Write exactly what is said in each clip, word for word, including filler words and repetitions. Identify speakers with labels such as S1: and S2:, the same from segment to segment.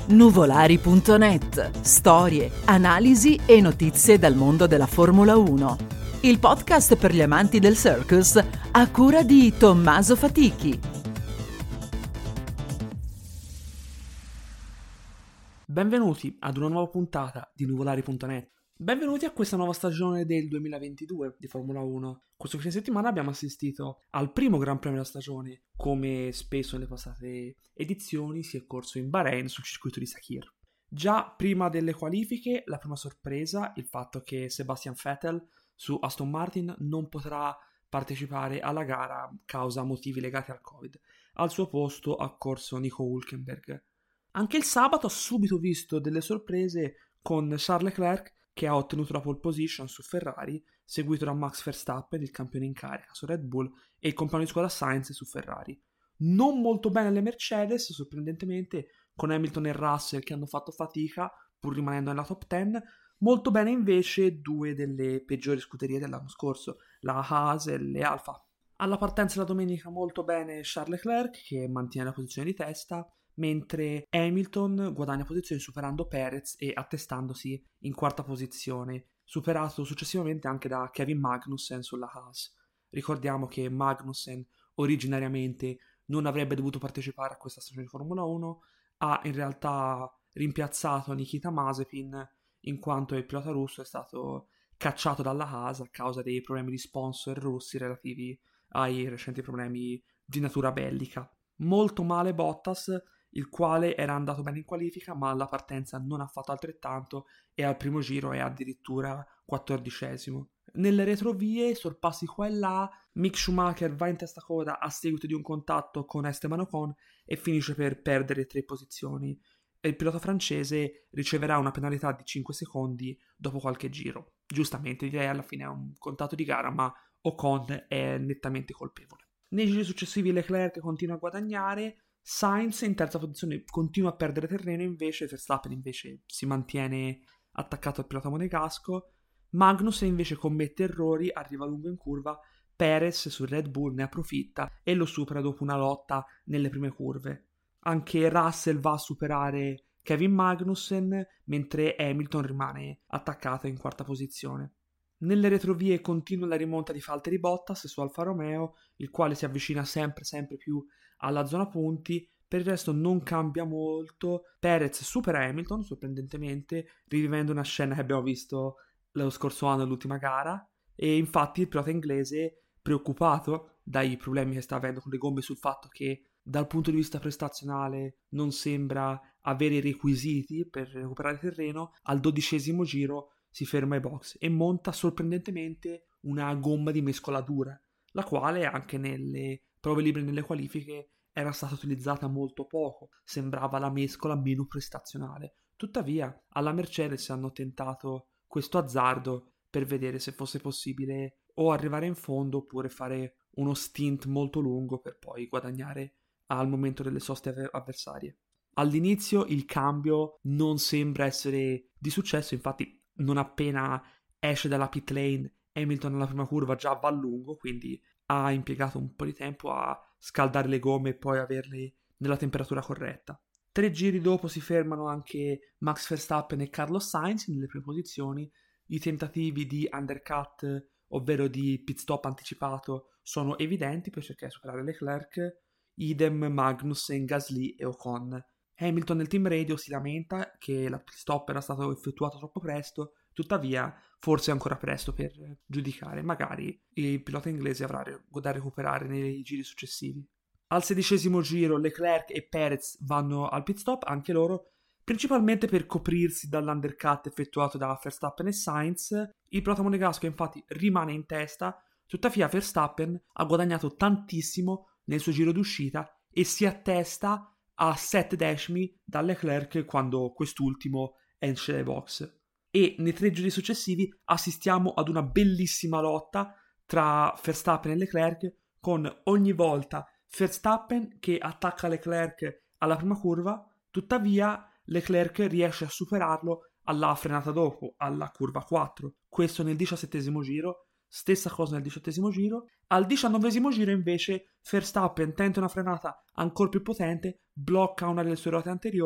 S1: Nuvolari punto net. Storie, analisi e notizie dal mondo della Formula uno. Il podcast per gli amanti del circus a cura di Tommaso Fatichi.
S2: Benvenuti ad una nuova puntata di Nuvolari punto net. Benvenuti a questa nuova stagione del duemilaventidue di Formula uno. Questo fine settimana abbiamo assistito al primo Gran Premio della stagione. Come spesso nelle passate edizioni si è corso in Bahrain sul circuito di Sakhir. Già prima delle qualifiche, la prima sorpresa, il fatto che Sebastian Vettel su Aston Martin non potrà partecipare alla gara causa motivi legati al Covid. Al suo posto ha corso Nico Hülkenberg. Anche il sabato ha subito visto delle sorprese con Charles Leclerc, che ha ottenuto la pole position su Ferrari, seguito da Max Verstappen, il campione in carica su Red Bull, e il compagno di squadra Sainz su Ferrari. Non molto bene le Mercedes, sorprendentemente, con Hamilton e Russell che hanno fatto fatica, pur rimanendo nella top dieci. Molto bene invece due delle peggiori scuderie dell'anno scorso, la Haas e le Alfa. Alla partenza la domenica molto bene Charles Leclerc, che mantiene la posizione di testa, mentre Hamilton guadagna posizioni superando Perez e attestandosi in quarta posizione, superato successivamente anche da Kevin Magnussen sulla Haas. Ricordiamo che Magnussen originariamente non avrebbe dovuto partecipare a questa stagione di Formula uno, ha in realtà rimpiazzato Nikita Mazepin in quanto il pilota russo è stato cacciato dalla Haas a causa dei problemi di sponsor russi relativi ai recenti problemi di natura bellica. Molto male Bottas, il quale era andato bene in qualifica, ma alla partenza non ha fatto altrettanto e al primo giro è addirittura quattordicesimo. Nelle retrovie, sorpassi qua e là, Mick Schumacher va in testa coda a seguito di un contatto con Esteban Ocon e finisce per perdere tre posizioni. E il pilota francese riceverà una penalità di cinque secondi dopo qualche giro. Giustamente, direi alla fine è un contatto di gara, ma Ocon è nettamente colpevole. Nei giri successivi Leclerc continua a guadagnare, Sainz in terza posizione continua a perdere terreno, invece Verstappen invece si mantiene attaccato al pilota monegasco, Magnussen invece commette errori, arriva lungo in curva, Perez sul Red Bull ne approfitta e lo supera dopo una lotta nelle prime curve. Anche Russell va a superare Kevin Magnussen, mentre Hamilton rimane attaccato in quarta posizione. Nelle retrovie continua la rimonta di Valtteri Bottas su Alfa Romeo, il quale si avvicina sempre sempre più alla zona punti. Per il resto non cambia molto. Perez supera Hamilton sorprendentemente, rivivendo una scena che abbiamo visto lo scorso anno all'ultima gara, e infatti il pilota inglese, preoccupato dai problemi che sta avendo con le gomme, sul fatto che dal punto di vista prestazionale non sembra avere i requisiti per recuperare terreno, al dodicesimo giro si ferma ai box e monta sorprendentemente una gomma di mescolatura, la quale anche nelle prove libere nelle qualifiche era stata utilizzata molto poco, sembrava la mescola meno prestazionale. Tuttavia alla Mercedes hanno tentato questo azzardo per vedere se fosse possibile o arrivare in fondo oppure fare uno stint molto lungo per poi guadagnare al momento delle soste avversarie. All'inizio il cambio non sembra essere di successo, infatti non appena esce dalla pit lane Hamilton alla prima curva già va a lungo, quindi ha impiegato un po' di tempo a scaldare le gomme e poi averle nella temperatura corretta. Tre giri dopo si fermano anche Max Verstappen e Carlos Sainz nelle prime posizioni. I tentativi di undercut, ovvero di pit stop anticipato, sono evidenti per cercare di superare Leclerc, idem Magnussen, Gasly e Ocon. Hamilton nel team radio si lamenta che la pit stop era stato effettuato troppo presto, tuttavia forse è ancora presto per giudicare, magari il pilota inglese avrà da recuperare nei giri successivi. Al sedicesimo giro Leclerc e Perez vanno al pit stop, anche loro, principalmente per coprirsi dall'undercut effettuato da Verstappen e Sainz. Il pilota monegasco infatti rimane in testa, tuttavia Verstappen ha guadagnato tantissimo nel suo giro d'uscita e si attesta a sette decimi da Leclerc quando quest'ultimo esce dai box. E nei tre giri successivi assistiamo ad una bellissima lotta tra Verstappen e Leclerc, con ogni volta Verstappen che attacca Leclerc alla prima curva, tuttavia Leclerc riesce a superarlo alla frenata dopo, alla curva quattro. Questo nel diciassettesimo giro, stessa cosa nel diciottesimo giro. Al diciannovesimo giro invece Verstappen tenta una frenata ancora più potente, blocca una delle sue ruote anteriori,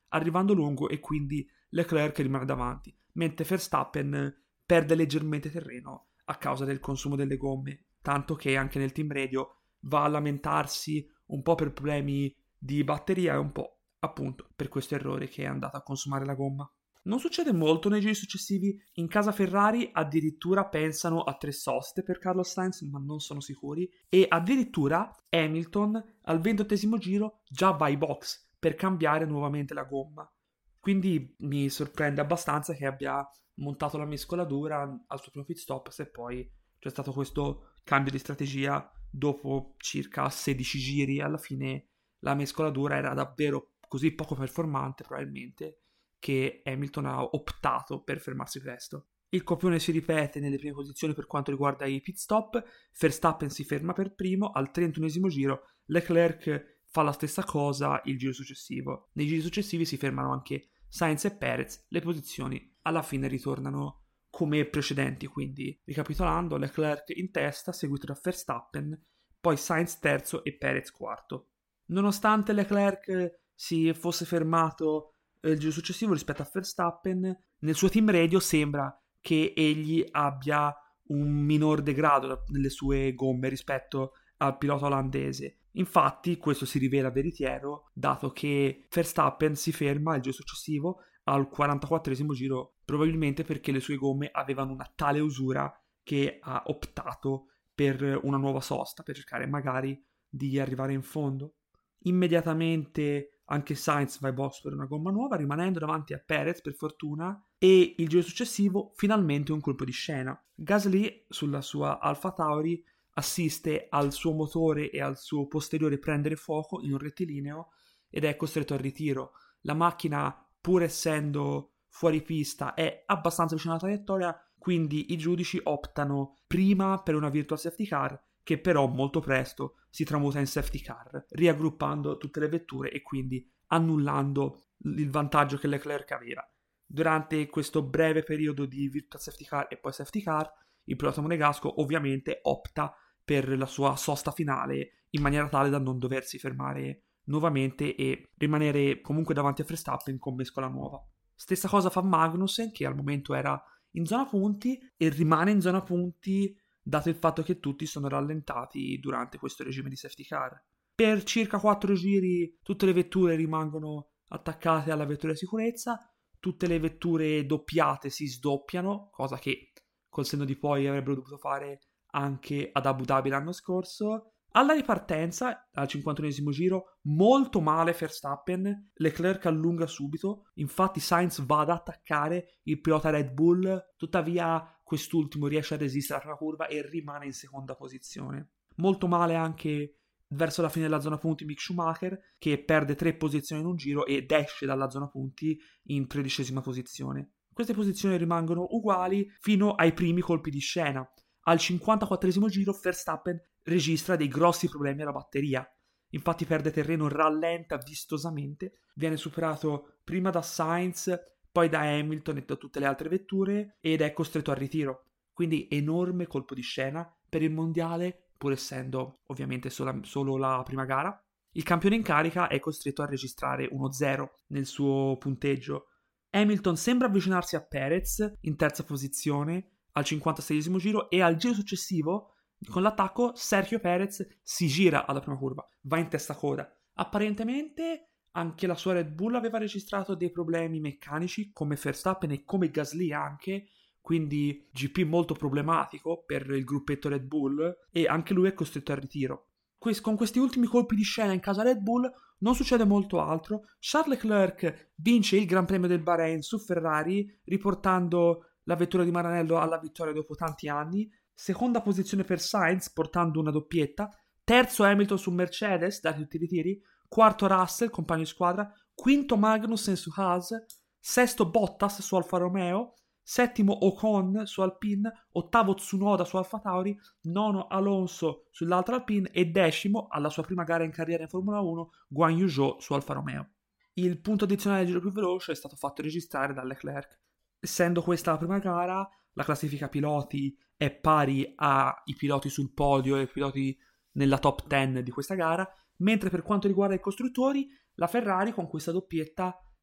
S2: arrivando lungo e quindi Leclerc rimane davanti, mentre Verstappen perde leggermente terreno a causa del consumo delle gomme, tanto che anche nel team radio va a lamentarsi un po' per problemi di batteria e un po' appunto per questo errore che è andato a consumare la gomma. Non succede molto nei giri successivi, in casa Ferrari addirittura pensano a tre soste per Carlos Sainz, ma non sono sicuri, e addirittura Hamilton al ventottesimo giro già va ai box per cambiare nuovamente la gomma. Quindi mi sorprende abbastanza che abbia montato la mescolatura al suo primo pit stop se poi c'è stato questo cambio di strategia dopo circa sedici giri. Alla fine la mescolatura era davvero così poco performante probabilmente che Hamilton ha optato per fermarsi presto. Il copione si ripete nelle prime posizioni per quanto riguarda i pit stop. Verstappen si ferma per primo, al trentunesimo giro Leclerc fa la stessa cosa il giro successivo. Nei giri successivi si fermano anche Sainz e Perez, le posizioni alla fine ritornano come precedenti, quindi ricapitolando Leclerc in testa seguito da Verstappen, poi Sainz terzo e Perez quarto. Nonostante Leclerc si fosse fermato il giro successivo rispetto a Verstappen, nel suo team radio sembra che egli abbia un minor degrado nelle sue gomme rispetto al pilota olandese. Infatti questo si rivela veritiero, dato che Verstappen si ferma il giro successivo al quarantaquattresimo giro, probabilmente perché le sue gomme avevano una tale usura che ha optato per una nuova sosta, per cercare magari di arrivare in fondo. Immediatamente anche Sainz va ai box per una gomma nuova, rimanendo davanti a Perez per fortuna, e il giro successivo finalmente un colpo di scena. Gasly sulla sua Alfa Tauri assiste al suo motore e al suo posteriore prendere fuoco in un rettilineo ed è costretto al ritiro. La macchina, pur essendo fuori pista, è abbastanza vicino alla traiettoria, quindi i giudici optano prima per una virtual safety car, che però molto presto si tramuta in safety car, riaggruppando tutte le vetture e quindi annullando il vantaggio che Leclerc aveva. Durante questo breve periodo di virtual safety car e poi safety car, il pilota monegasco ovviamente opta per la sua sosta finale in maniera tale da non doversi fermare nuovamente e rimanere comunque davanti a Verstappen con mescola nuova. Stessa cosa fa Magnussen, che al momento era in zona punti e rimane in zona punti dato il fatto che tutti sono rallentati durante questo regime di safety car. Per circa quattro giri tutte le vetture rimangono attaccate alla vettura di sicurezza, tutte le vetture doppiate si sdoppiano, cosa che col senno di poi avrebbero dovuto fare anche ad Abu Dhabi l'anno scorso. Alla ripartenza, al cinquantunesimo giro, molto male Verstappen, Leclerc allunga subito, infatti Sainz va ad attaccare il pilota Red Bull, tuttavia quest'ultimo riesce a resistere alla prima curva e rimane in seconda posizione. Molto male anche verso la fine della zona punti Mick Schumacher, che perde tre posizioni in un giro ed esce dalla zona punti in tredicesima posizione. Queste posizioni rimangono uguali fino ai primi colpi di scena. Al cinquantaquattresimo giro Verstappen registra dei grossi problemi alla batteria, infatti perde terreno, rallenta vistosamente, viene superato prima da Sainz, poi da Hamilton e da tutte le altre vetture ed è costretto al ritiro. Quindi enorme colpo di scena per il mondiale, pur essendo ovviamente solo, solo la prima gara. Il campione in carica è costretto a registrare uno zero nel suo punteggio. Hamilton sembra avvicinarsi a Perez in terza posizione al cinquantaseiesimo giro e al giro successivo con l'attacco Sergio Perez si gira alla prima curva, va in testa coda. Apparentemente anche la sua Red Bull aveva registrato dei problemi meccanici come Verstappen e come Gasly anche, quindi G P molto problematico per il gruppetto Red Bull e anche lui è costretto al ritiro. Con questi ultimi colpi di scena in casa Red Bull non succede molto altro. Charles Leclerc vince il Gran Premio del Bahrain su Ferrari riportando la vettura di Maranello alla vittoria dopo tanti anni. Seconda posizione per Sainz portando una doppietta, terzo Hamilton su Mercedes dati tutti i ritiri, quarto Russell, compagno di squadra, quinto Magnussen su Haas, sesto Bottas su Alfa Romeo, settimo Ocon su Alpine, ottavo Tsunoda su Alfa Tauri, nono Alonso sull'altra Alpine e decimo, alla sua prima gara in carriera in Formula uno, Guan Yu Zhou su Alfa Romeo. Il punto addizionale del giro più veloce è stato fatto registrare da Leclerc. Essendo questa la prima gara, la classifica piloti è pari ai piloti sul podio e ai piloti nella top dieci di questa gara, mentre per quanto riguarda i costruttori, la Ferrari con questa doppietta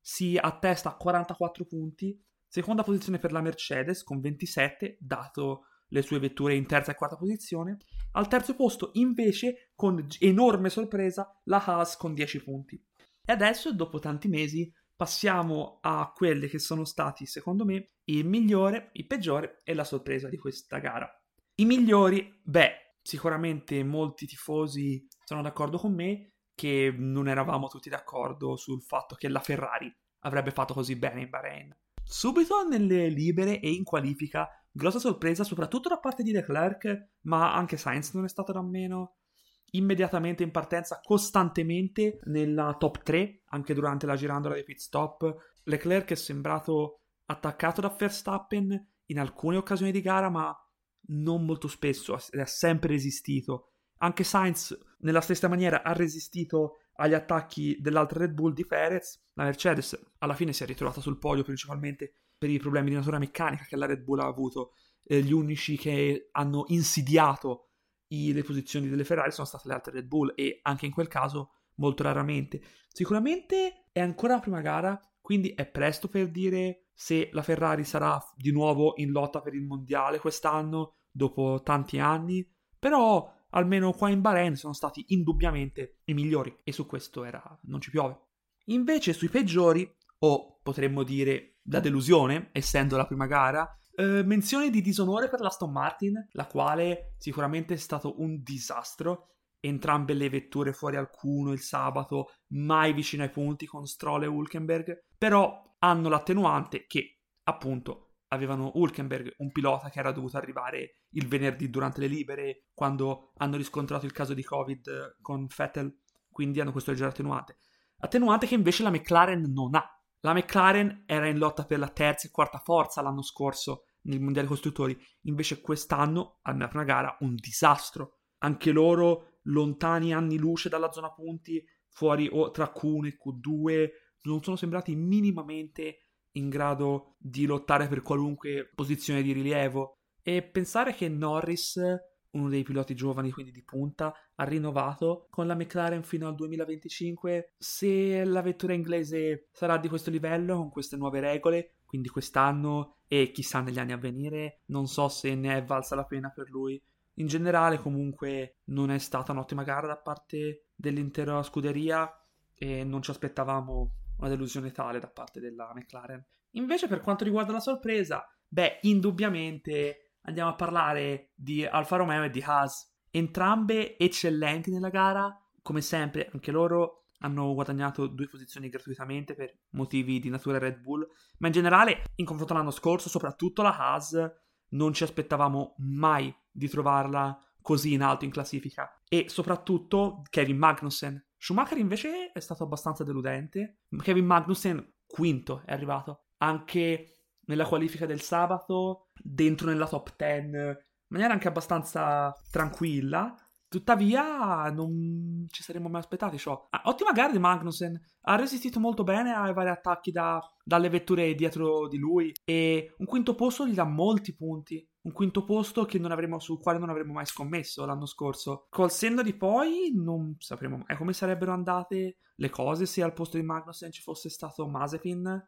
S2: si attesta a quarantaquattro punti, seconda posizione per la Mercedes con ventisette, dato le sue vetture in terza e quarta posizione. Al terzo posto invece, con enorme sorpresa, la Haas con dieci punti. E adesso, dopo tanti mesi, passiamo a quelli che sono stati, secondo me, il migliore, il peggiore e la sorpresa di questa gara. I migliori, beh, sicuramente molti tifosi sono d'accordo con me che non eravamo tutti d'accordo sul fatto che la Ferrari avrebbe fatto così bene in Bahrain. Subito nelle libere e in qualifica, grossa sorpresa soprattutto da parte di Leclerc, ma anche Sainz non è stato da meno. Immediatamente in partenza, costantemente nella top tre, anche durante la girandola dei pit stop. Leclerc è sembrato attaccato da Verstappen in alcune occasioni di gara, ma non molto spesso, ha sempre resistito. Anche Sainz nella stessa maniera ha resistito agli attacchi dell'altra Red Bull di Perez. La Mercedes alla fine si è ritrovata sul podio principalmente per i problemi di natura meccanica che la Red Bull ha avuto. Eh, gli unici che hanno insidiato i, le posizioni delle Ferrari sono state le altre Red Bull, e anche in quel caso molto raramente. Sicuramente è ancora la prima gara, quindi è presto per dire se la Ferrari sarà di nuovo in lotta per il mondiale quest'anno dopo tanti anni, però almeno qua in Bahrain sono stati indubbiamente i migliori, e su questo era non ci piove. Invece sui peggiori, o potremmo dire la delusione, essendo la prima gara, eh, menzione di disonore per l'Aston Martin, la quale sicuramente è stato un disastro. Entrambe le vetture fuori al Q uno il sabato, mai vicino ai punti con Stroll e Hülkenberg, però hanno l'attenuante che, appunto, avevano Hülkenberg, un pilota che era dovuto arrivare il venerdì durante le libere, quando hanno riscontrato il caso di Covid con Vettel, quindi hanno questo leggero attenuante. Attenuante che invece la McLaren non ha. La McLaren era in lotta per la terza e quarta forza l'anno scorso nel Mondiale Costruttori, invece quest'anno, alla prima gara, un disastro. Anche loro lontani anni luce dalla zona punti, fuori o tra Q uno e Q due, non sono sembrati minimamente in grado di lottare per qualunque posizione di rilievo. E pensare che Norris, uno dei piloti giovani, quindi di punta, ha rinnovato con la McLaren fino al duemilaventicinque, se la vettura inglese sarà di questo livello, con queste nuove regole, quindi quest'anno e chissà negli anni a venire, non so se ne è valsa la pena per lui. In generale comunque non è stata un'ottima gara da parte dell'intera scuderia e non ci aspettavamo una delusione tale da parte della McLaren. Invece per quanto riguarda la sorpresa, beh, indubbiamente andiamo a parlare di Alfa Romeo e di Haas. Entrambe eccellenti nella gara, come sempre anche loro hanno guadagnato due posizioni gratuitamente per motivi di natura Red Bull, ma in generale in confronto all'anno scorso, soprattutto la Haas, non ci aspettavamo mai di trovarla così in alto in classifica. E soprattutto Kevin Magnussen. Schumacher invece è stato abbastanza deludente. Kevin Magnussen quinto è arrivato. Anche nella qualifica del sabato, dentro nella top dieci, in maniera anche abbastanza tranquilla. Tuttavia non ci saremmo mai aspettati ciò. Ah, ottima gara di Magnussen, ha resistito molto bene ai vari attacchi da, dalle vetture dietro di lui, e un quinto posto gli dà molti punti. Un quinto posto che non avremmo, sul quale non avremmo mai scommesso l'anno scorso. Col senno di poi non sapremo mai come sarebbero andate le cose se al posto di Magnussen ci fosse stato Mazepin.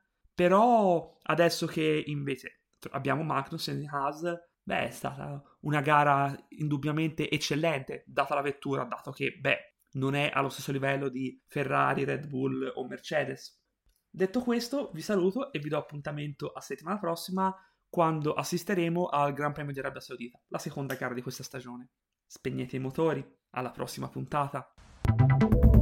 S2: Però adesso che invece abbiamo Magnussen in Haas, beh, è stata una gara indubbiamente eccellente, data la vettura, dato che, beh, non è allo stesso livello di Ferrari, Red Bull o Mercedes. Detto questo, vi saluto e vi do appuntamento a settimana prossima, quando assisteremo al Gran Premio di Arabia Saudita, la seconda gara di questa stagione. Spegnete i motori, alla prossima puntata.